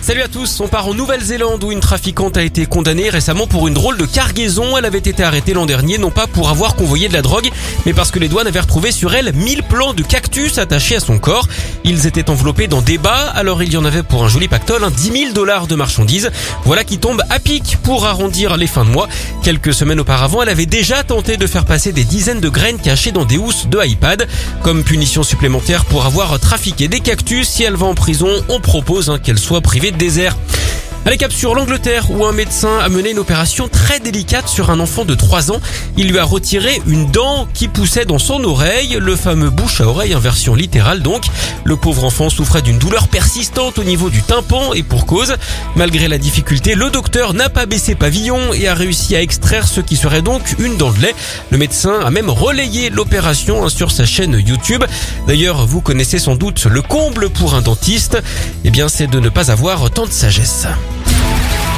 Salut à tous, on part en Nouvelle-Zélande où une trafiquante a été condamnée récemment pour une drôle de cargaison. Elle avait été arrêtée l'an dernier, non pas pour avoir convoyé de la drogue, mais parce que les douanes avaient retrouvé sur elle 1000 plants de cactus attachés à son corps. Ils étaient enveloppés dans des bas, alors il y en avait pour un joli pactole, $10 000 de marchandises. Voilà qui tombe à pic pour arrondir les fins de mois. Quelques semaines auparavant, elle avait déjà tenté de faire passer des dizaines de graines cachées dans des housses de iPad. Comme punition supplémentaire pour avoir trafiqué des cactus, si elle va en prison, on propose qu'elle soit privée de désert. Allez, cap sur l'Angleterre où un médecin a mené une opération très délicate sur un enfant de 3 ans. Il lui a retiré une dent qui poussait dans son oreille, le fameux bouche à oreille en version littérale donc. Le pauvre enfant souffrait d'une douleur persistante au niveau du tympan et pour cause. Malgré la difficulté, le docteur n'a pas baissé pavillon et a réussi à extraire ce qui serait donc une dent de lait. Le médecin a même relayé l'opération sur sa chaîne YouTube. D'ailleurs, vous connaissez sans doute le comble pour un dentiste. C'est de ne pas avoir tant de sagesse.